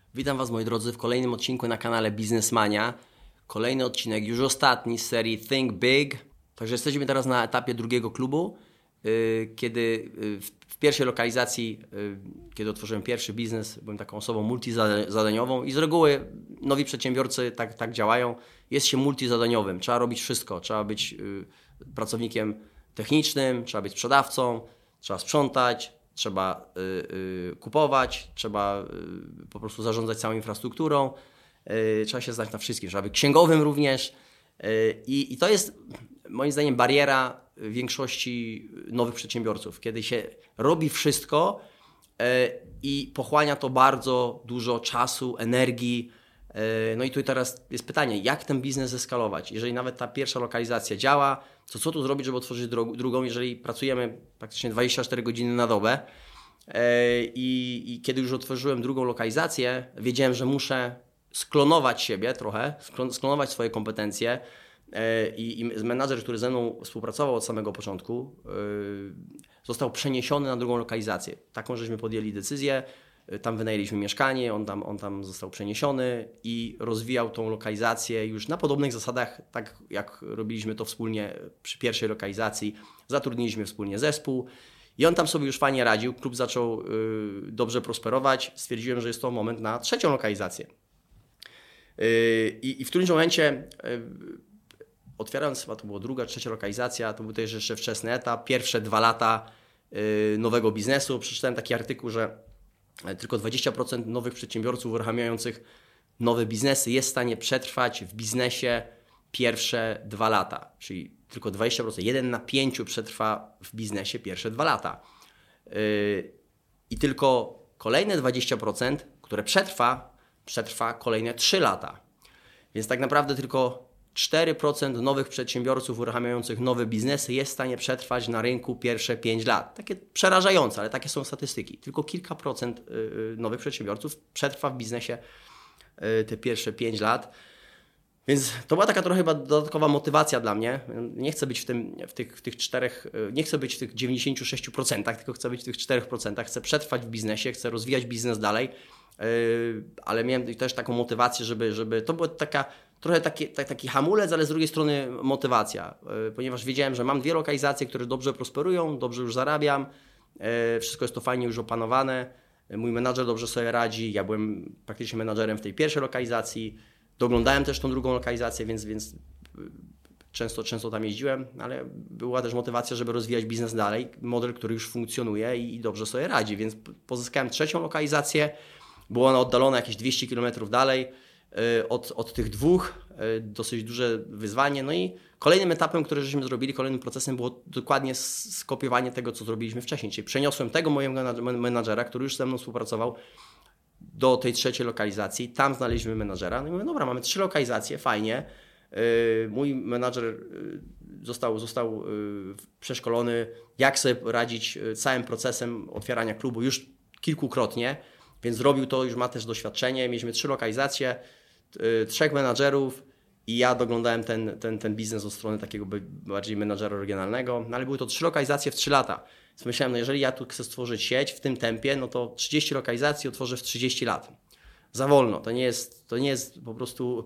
Witam Was, moi drodzy, w kolejnym odcinku na kanale Biznesmania. Kolejny odcinek, już ostatni z serii Think Big. Także jesteśmy teraz na etapie drugiego klubu, kiedy w pierwszej lokalizacji, kiedy otworzyłem pierwszy biznes, byłem taką osobą multizadaniową i z reguły nowi przedsiębiorcy tak działają. Jest się multizadaniowym, trzeba robić wszystko, trzeba być pracownikiem technicznym, trzeba być sprzedawcą, trzeba sprzątać, trzeba kupować, trzeba po prostu zarządzać całą infrastrukturą, trzeba się znać na wszystkim, trzeba być księgowym również i to jest moim zdaniem bariera większości nowych przedsiębiorców, kiedy się robi wszystko i pochłania to bardzo dużo czasu, energii. No i tu teraz jest pytanie, jak ten biznes zeskalować? Jeżeli nawet ta pierwsza lokalizacja działa, to co tu zrobić, żeby otworzyć drugą, jeżeli pracujemy praktycznie 24 godziny na dobę i kiedy już otworzyłem drugą lokalizację, wiedziałem, że muszę sklonować siebie trochę, sklonować swoje kompetencje i menadżer, który ze mną współpracował od samego początku, został przeniesiony na drugą lokalizację. Taką żeśmy podjęli decyzję. Tam wynajęliśmy mieszkanie, on tam został przeniesiony i rozwijał tą lokalizację już na podobnych zasadach, tak jak robiliśmy to wspólnie przy pierwszej lokalizacji. Zatrudniliśmy wspólnie zespół i on tam sobie już fajnie radził. Klub zaczął dobrze prosperować. Stwierdziłem, że jest to moment na trzecią lokalizację. I w którymś momencie, otwierając, chyba to była druga, trzecia lokalizacja, to był też jeszcze wczesny etap, pierwsze 2 lata nowego biznesu. Przeczytałem taki artykuł, że tylko 20% nowych przedsiębiorców uruchamiających nowe biznesy jest w stanie przetrwać w biznesie pierwsze 2 lata. Czyli tylko 20%, 1 na 5 przetrwa w biznesie pierwsze 2 lata. I tylko kolejne 20%, które przetrwa kolejne 3 lata. Więc tak naprawdę tylko 4% nowych przedsiębiorców uruchamiających nowe biznesy jest w stanie przetrwać na rynku pierwsze 5 lat. Takie przerażające, ale takie są statystyki. Tylko kilka procent nowych przedsiębiorców przetrwa w biznesie te pierwsze 5 lat. Więc to była taka trochę chyba dodatkowa motywacja dla mnie. Nie chcę być w tych 4, nie chcę być w tych 96%, tylko chcę być w tych 4%. Chcę przetrwać w biznesie, chcę rozwijać biznes dalej, ale miałem też taką motywację, żeby to była trochę taki hamulec, ale z drugiej strony motywacja, ponieważ wiedziałem, że mam 2 lokalizacje, które dobrze prosperują, dobrze już zarabiam, wszystko jest to fajnie już opanowane, mój menadżer dobrze sobie radzi, ja byłem praktycznie menadżerem w tej pierwszej lokalizacji, doglądałem też tą drugą lokalizację, więc często tam jeździłem, ale była też motywacja, żeby rozwijać biznes dalej, model, który już funkcjonuje i dobrze sobie radzi, więc pozyskałem trzecią lokalizację, była ona oddalona jakieś 200 km dalej od tych 2, dosyć duże wyzwanie. No i kolejnym etapem, który żeśmy zrobili, kolejnym procesem było dokładnie skopiowanie tego, co zrobiliśmy wcześniej. Czyli przeniosłem tego mojego menadżera, który już ze mną współpracował, do tej trzeciej lokalizacji. Tam znaleźliśmy menadżera. No i mówię, dobra, mamy 3 lokalizacje, fajnie. Mój menadżer został przeszkolony, jak sobie radzić całym procesem otwierania klubu już kilkukrotnie. Więc zrobił to, już ma też doświadczenie. Mieliśmy 3 lokalizacje, 3 menadżerów i ja doglądałem ten biznes od strony takiego bardziej menadżera regionalnego. No ale były to 3 lokalizacje w 3 lata. Więc myślałem, no jeżeli ja tu chcę stworzyć sieć w tym tempie, no to 30 lokalizacji otworzę w 30 lat. Za wolno. To nie jest po prostu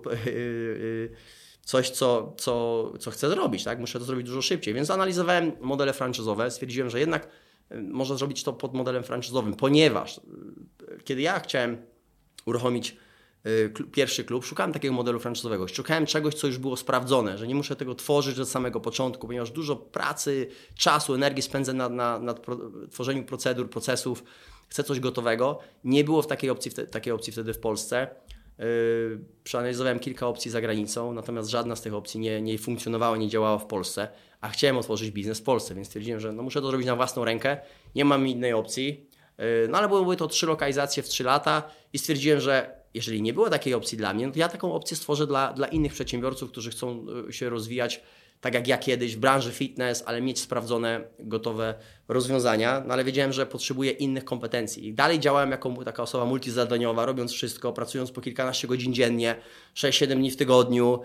coś, co chcę zrobić. Tak? Muszę to zrobić dużo szybciej. Więc analizowałem modele franczyzowe. Stwierdziłem, że jednak można zrobić to pod modelem franczyzowym, ponieważ kiedy ja chciałem uruchomić pierwszy klub, szukałem takiego modelu franczyzowego. Szukałem czegoś, co już było sprawdzone, że nie muszę tego tworzyć od samego początku, ponieważ dużo pracy, czasu, energii spędzę na tworzeniu procedur, procesów. Chcę coś gotowego. Nie było takiej opcji wtedy w Polsce. Przeanalizowałem kilka opcji za granicą, natomiast żadna z tych opcji nie funkcjonowała, nie działała w Polsce, a chciałem otworzyć biznes w Polsce, więc stwierdziłem, że muszę to zrobić na własną rękę, nie mam innej opcji, no ale były to 3 lokalizacje w 3 lata i stwierdziłem, że jeżeli nie było takiej opcji dla mnie, no to ja taką opcję stworzę dla innych przedsiębiorców, którzy chcą się rozwijać tak jak ja kiedyś w branży fitness, ale mieć sprawdzone, gotowe rozwiązania, no ale wiedziałem, że potrzebuję innych kompetencji. I dalej działałem jako taka osoba multizadaniowa, robiąc wszystko, pracując po kilkanaście godzin dziennie, 6-7 dni w tygodniu.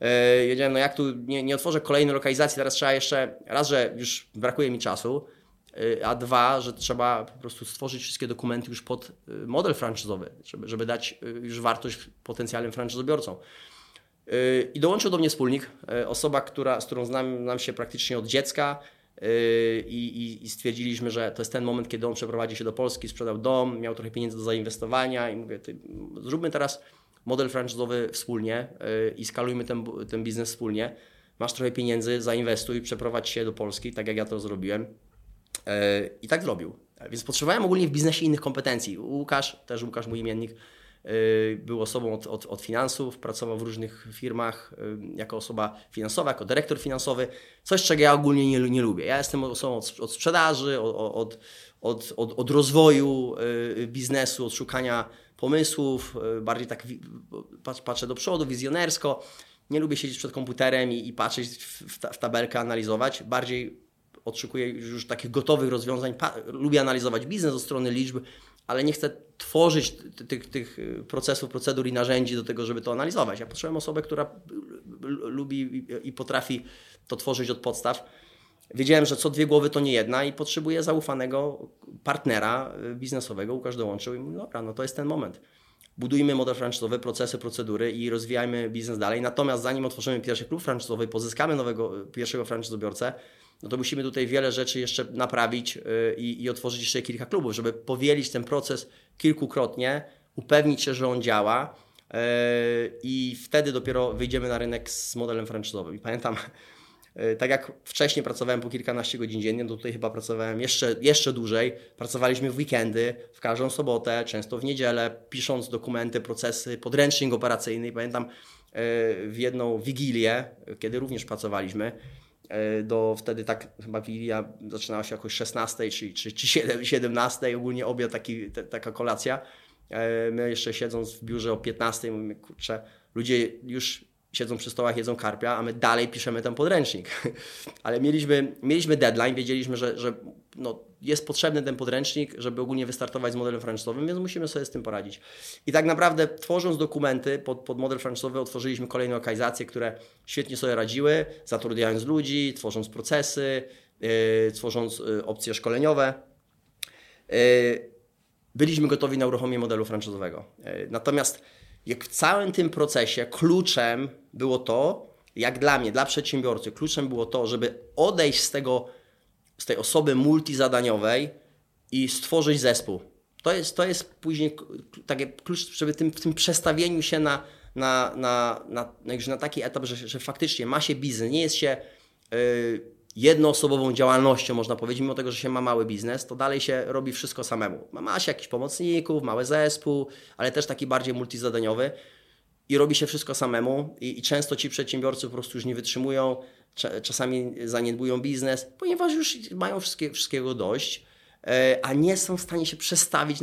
Wiedziałem, no jak tu nie otworzę kolejnej lokalizacji, teraz trzeba jeszcze, raz, że już brakuje mi czasu, a dwa, że trzeba po prostu stworzyć wszystkie dokumenty już pod model franczyzowy, żeby dać już wartość potencjalnym franczyzobiorcom. I dołączył do mnie wspólnik, osoba, z którą znam się praktycznie od dziecka i stwierdziliśmy, że to jest ten moment, kiedy on przeprowadzi się do Polski, sprzedał dom, miał trochę pieniędzy do zainwestowania i mówię, zróbmy teraz model franczyzowy wspólnie i skalujmy ten biznes wspólnie. Masz trochę pieniędzy, zainwestuj, przeprowadź się do Polski, tak jak ja to zrobiłem. I tak zrobił. Więc potrzebowałem ogólnie w biznesie innych kompetencji. Łukasz, mój imiennik, był osobą od finansów, pracował w różnych firmach jako osoba finansowa, jako dyrektor finansowy. Coś, czego ja ogólnie nie lubię. Ja jestem osobą od sprzedaży, od rozwoju biznesu, od szukania pomysłów, bardziej tak patrzę do przodu, wizjonersko. Nie lubię siedzieć przed komputerem i patrzeć w tabelkę, analizować. Bardziej oczekuję już takich gotowych rozwiązań. Lubię analizować biznes od strony liczb, ale nie chcę tworzyć tych procesów, procedur i narzędzi do tego, żeby to analizować. Ja potrzebuję osobę, która lubi i potrafi to tworzyć od podstaw. Wiedziałem, że co dwie głowy to nie jedna i potrzebuję zaufanego partnera biznesowego. Łukasz dołączył i mówi, dobra, no to jest ten moment. Budujmy model franczyzowy, procesy, procedury i rozwijajmy biznes dalej. Natomiast zanim otworzymy pierwszy klub franczyzowy i pozyskamy pierwszego franczyzobiorcę, no to musimy tutaj wiele rzeczy jeszcze naprawić i otworzyć jeszcze kilka klubów, żeby powielić ten proces kilkukrotnie, upewnić się, że on działa i wtedy dopiero wyjdziemy na rynek z modelem franczyzowym. I pamiętam, tak jak wcześniej pracowałem po kilkanaście godzin dziennie, to tutaj chyba pracowałem jeszcze dłużej. Pracowaliśmy w weekendy, w każdą sobotę, często w niedzielę, pisząc dokumenty, procesy, podręcznik operacyjny. I pamiętam w jedną wigilię, kiedy również pracowaliśmy, wtedy tak chyba wigilia zaczynała się jakoś 16 czy 17, ogólnie obiad, taka kolacja. My jeszcze siedząc w biurze o 15 mówimy, kurczę, ludzie już siedzą przy stołach, jedzą karpia, a my dalej piszemy ten podręcznik. Ale mieliśmy deadline, wiedzieliśmy, że no, jest potrzebny ten podręcznik, żeby ogólnie wystartować z modelem franczyzowym, więc musimy sobie z tym poradzić. I tak naprawdę tworząc dokumenty pod model franczyzowy otworzyliśmy kolejne lokalizacje, które świetnie sobie radziły, zatrudniając ludzi, tworząc procesy, tworząc opcje szkoleniowe. Byliśmy gotowi na uruchomienie modelu franczyzowego. Natomiast jak w całym tym procesie kluczem było to, jak dla mnie, dla przedsiębiorcy, kluczem było to, żeby odejść z tej osoby multizadaniowej i stworzyć zespół. To jest później taki klucz, żeby w tym przestawieniu się na taki etap, że faktycznie ma się biznes, nie jest się jednoosobową działalnością, można powiedzieć, mimo tego, że się ma mały biznes, to dalej się robi wszystko samemu. Ma się jakichś pomocników, mały zespół, ale też taki bardziej multizadaniowy i robi się wszystko samemu i często ci przedsiębiorcy po prostu już nie wytrzymują, czasami zaniedbują biznes, ponieważ już mają wszystkiego dość, a nie są w stanie się przestawić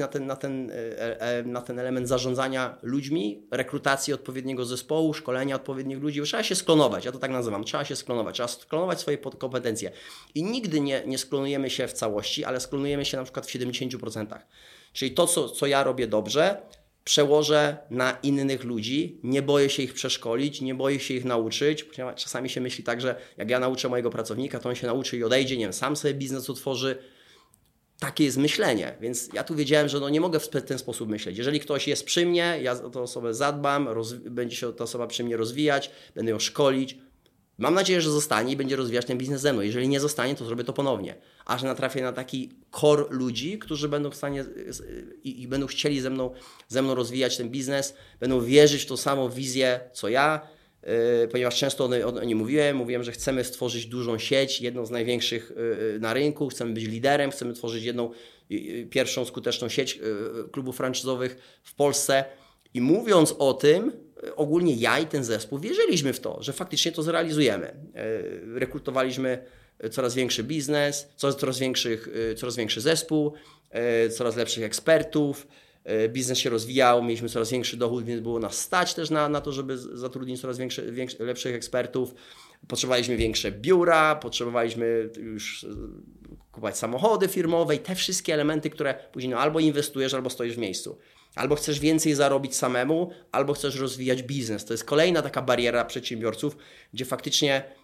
na ten element zarządzania ludźmi, rekrutacji odpowiedniego zespołu, szkolenia odpowiednich ludzi. Trzeba się sklonować, ja to tak nazywam, trzeba się sklonować, trzeba sklonować swoje kompetencje. I nigdy nie sklonujemy się w całości, ale sklonujemy się na przykład w 70%. Czyli to, co ja robię dobrze, przełożę na innych ludzi, nie boję się ich przeszkolić, nie boję się ich nauczyć. Czasami się myśli tak, że jak ja nauczę mojego pracownika, to on się nauczy i odejdzie, nie wiem, sam sobie biznes utworzy. Takie jest myślenie, więc ja tu wiedziałem, że nie mogę w ten sposób myśleć. Jeżeli ktoś jest przy mnie, ja o tę osobę zadbam, będzie się ta osoba przy mnie rozwijać, będę ją szkolić. Mam nadzieję, że zostanie i będzie rozwijać ten biznes ze mną. Jeżeli nie zostanie, to zrobię to ponownie. Aż natrafię na taki core ludzi, którzy będą w stanie i będą chcieli ze mną rozwijać ten biznes, będą wierzyć w tą samą wizję, co ja, ponieważ często o niej mówiłem, że chcemy stworzyć dużą sieć, jedną z największych na rynku, chcemy być liderem, chcemy tworzyć pierwszą skuteczną sieć klubów franczyzowych w Polsce i mówiąc o tym, ogólnie ja i ten zespół wierzyliśmy w to, że faktycznie to zrealizujemy. Rekrutowaliśmy coraz większy biznes, coraz większy zespół, coraz lepszych ekspertów, biznes się rozwijał, mieliśmy coraz większy dochód, więc było nas stać też na to, żeby zatrudnić coraz lepszych ekspertów. Potrzebowaliśmy większe biura, potrzebowaliśmy już kupować samochody firmowe i te wszystkie elementy, które później albo inwestujesz, albo stoisz w miejscu. Albo chcesz więcej zarobić samemu, albo chcesz rozwijać biznes. To jest kolejna taka bariera przedsiębiorców, gdzie faktycznie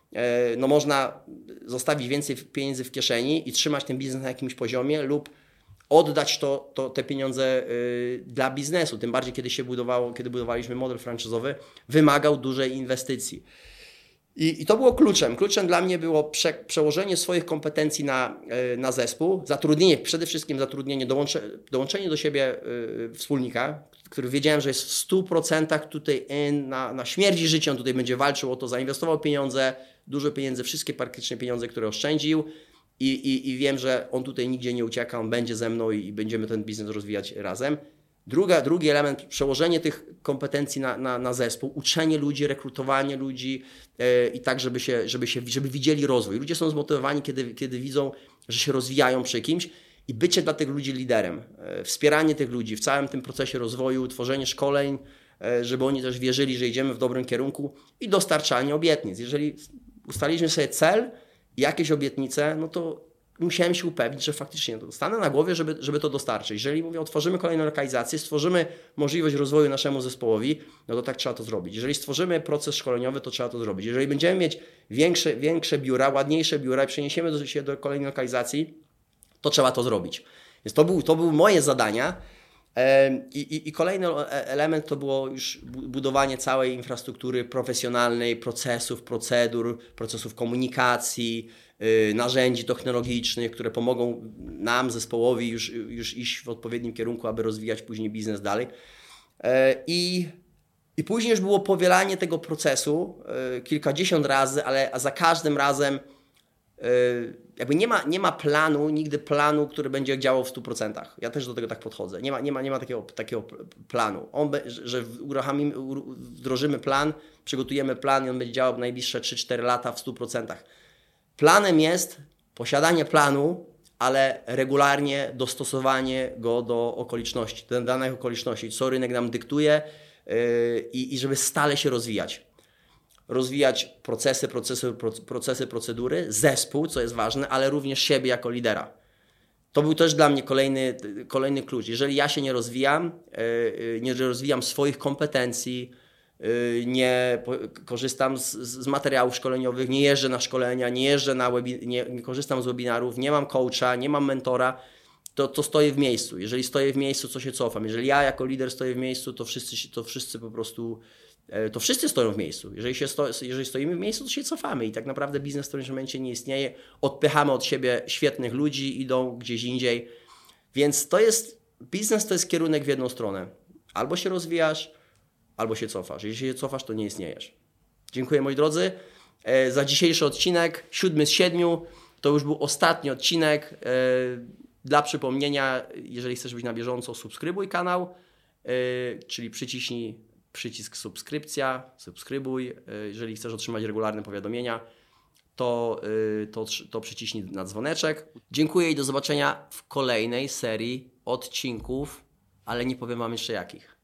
no można zostawić więcej pieniędzy w kieszeni i trzymać ten biznes na jakimś poziomie lub oddać te pieniądze dla biznesu. Tym bardziej, kiedy budowaliśmy model franczyzowy, wymagał dużej inwestycji. I to było kluczem. Kluczem dla mnie było przełożenie swoich kompetencji na zespół, przede wszystkim zatrudnienie, dołączenie do siebie wspólnika, który wiedziałem, że jest w 100% tutaj na śmierć i życie. On tutaj będzie walczył o to, zainwestował pieniądze, dużo pieniędzy, wszystkie praktycznie pieniądze, które oszczędził i wiem, że on tutaj nigdzie nie ucieka, on będzie ze mną i będziemy ten biznes rozwijać razem. Drugi element, przełożenie tych kompetencji na zespół, uczenie ludzi, rekrutowanie ludzi i tak, żeby widzieli rozwój. Ludzie są zmotywowani, kiedy widzą, że się rozwijają przy kimś i bycie dla tych ludzi liderem. Wspieranie tych ludzi w całym tym procesie rozwoju, tworzenie szkoleń, żeby oni też wierzyli, że idziemy w dobrym kierunku i dostarczanie obietnic. Jeżeli ustaliliśmy sobie cel i jakieś obietnice, no to musiałem się upewnić, że faktycznie to stanę na głowie, żeby to dostarczyć. Jeżeli mówię, otworzymy kolejną lokalizację, stworzymy możliwość rozwoju naszemu zespołowi, no to tak trzeba to zrobić. Jeżeli stworzymy proces szkoleniowy, to trzeba to zrobić. Jeżeli będziemy mieć większe biura, ładniejsze biura i przeniesiemy się do kolejnej lokalizacji, to trzeba to zrobić. Więc to były moje zadania. I kolejny element to było już budowanie całej infrastruktury profesjonalnej, procesów, procedur, procesów komunikacji, narzędzi technologicznych, które pomogą nam, zespołowi już iść w odpowiednim kierunku, aby rozwijać później biznes dalej. I później już było powielanie tego procesu kilkadziesiąt razy, ale za każdym razem jakby nie ma nigdy planu, który będzie działał w 100%. Ja też do tego tak podchodzę. Nie ma takiego planu. Że wdrożymy plan, przygotujemy plan i on będzie działał w najbliższe 3-4 lata w 100%. Planem jest posiadanie planu, ale regularnie dostosowanie go do okoliczności, do danych okoliczności, co rynek nam dyktuje i żeby stale się rozwijać. Rozwijać procesy, procedury, zespół, co jest ważne, ale również siebie jako lidera. To był też dla mnie kolejny klucz. Jeżeli ja się nie rozwijam swoich kompetencji, nie korzystam z materiałów szkoleniowych, nie jeżdżę na szkolenia, nie korzystam z webinarów, nie mam coacha, nie mam mentora, to stoję w miejscu. Jeżeli stoję w miejscu, to się cofam. Jeżeli ja jako lider stoję w miejscu, to wszyscy stoją w miejscu. Jeżeli stoimy w miejscu, to się cofamy i tak naprawdę biznes w którymś momencie nie istnieje. Odpychamy od siebie świetnych ludzi, idą gdzieś indziej. Więc biznes to jest kierunek w jedną stronę. Albo się rozwijasz, albo się cofasz. Jeśli się cofasz, to nie istniejesz. Dziękuję moi drodzy za dzisiejszy odcinek, 7 z 7. To już był ostatni odcinek. Dla przypomnienia, jeżeli chcesz być na bieżąco, subskrybuj kanał, czyli przyciśnij przycisk subskrypcja, subskrybuj. Jeżeli chcesz otrzymać regularne powiadomienia, to przyciśnij na dzwoneczek. Dziękuję i do zobaczenia w kolejnej serii odcinków, ale nie powiem Wam jeszcze jakich.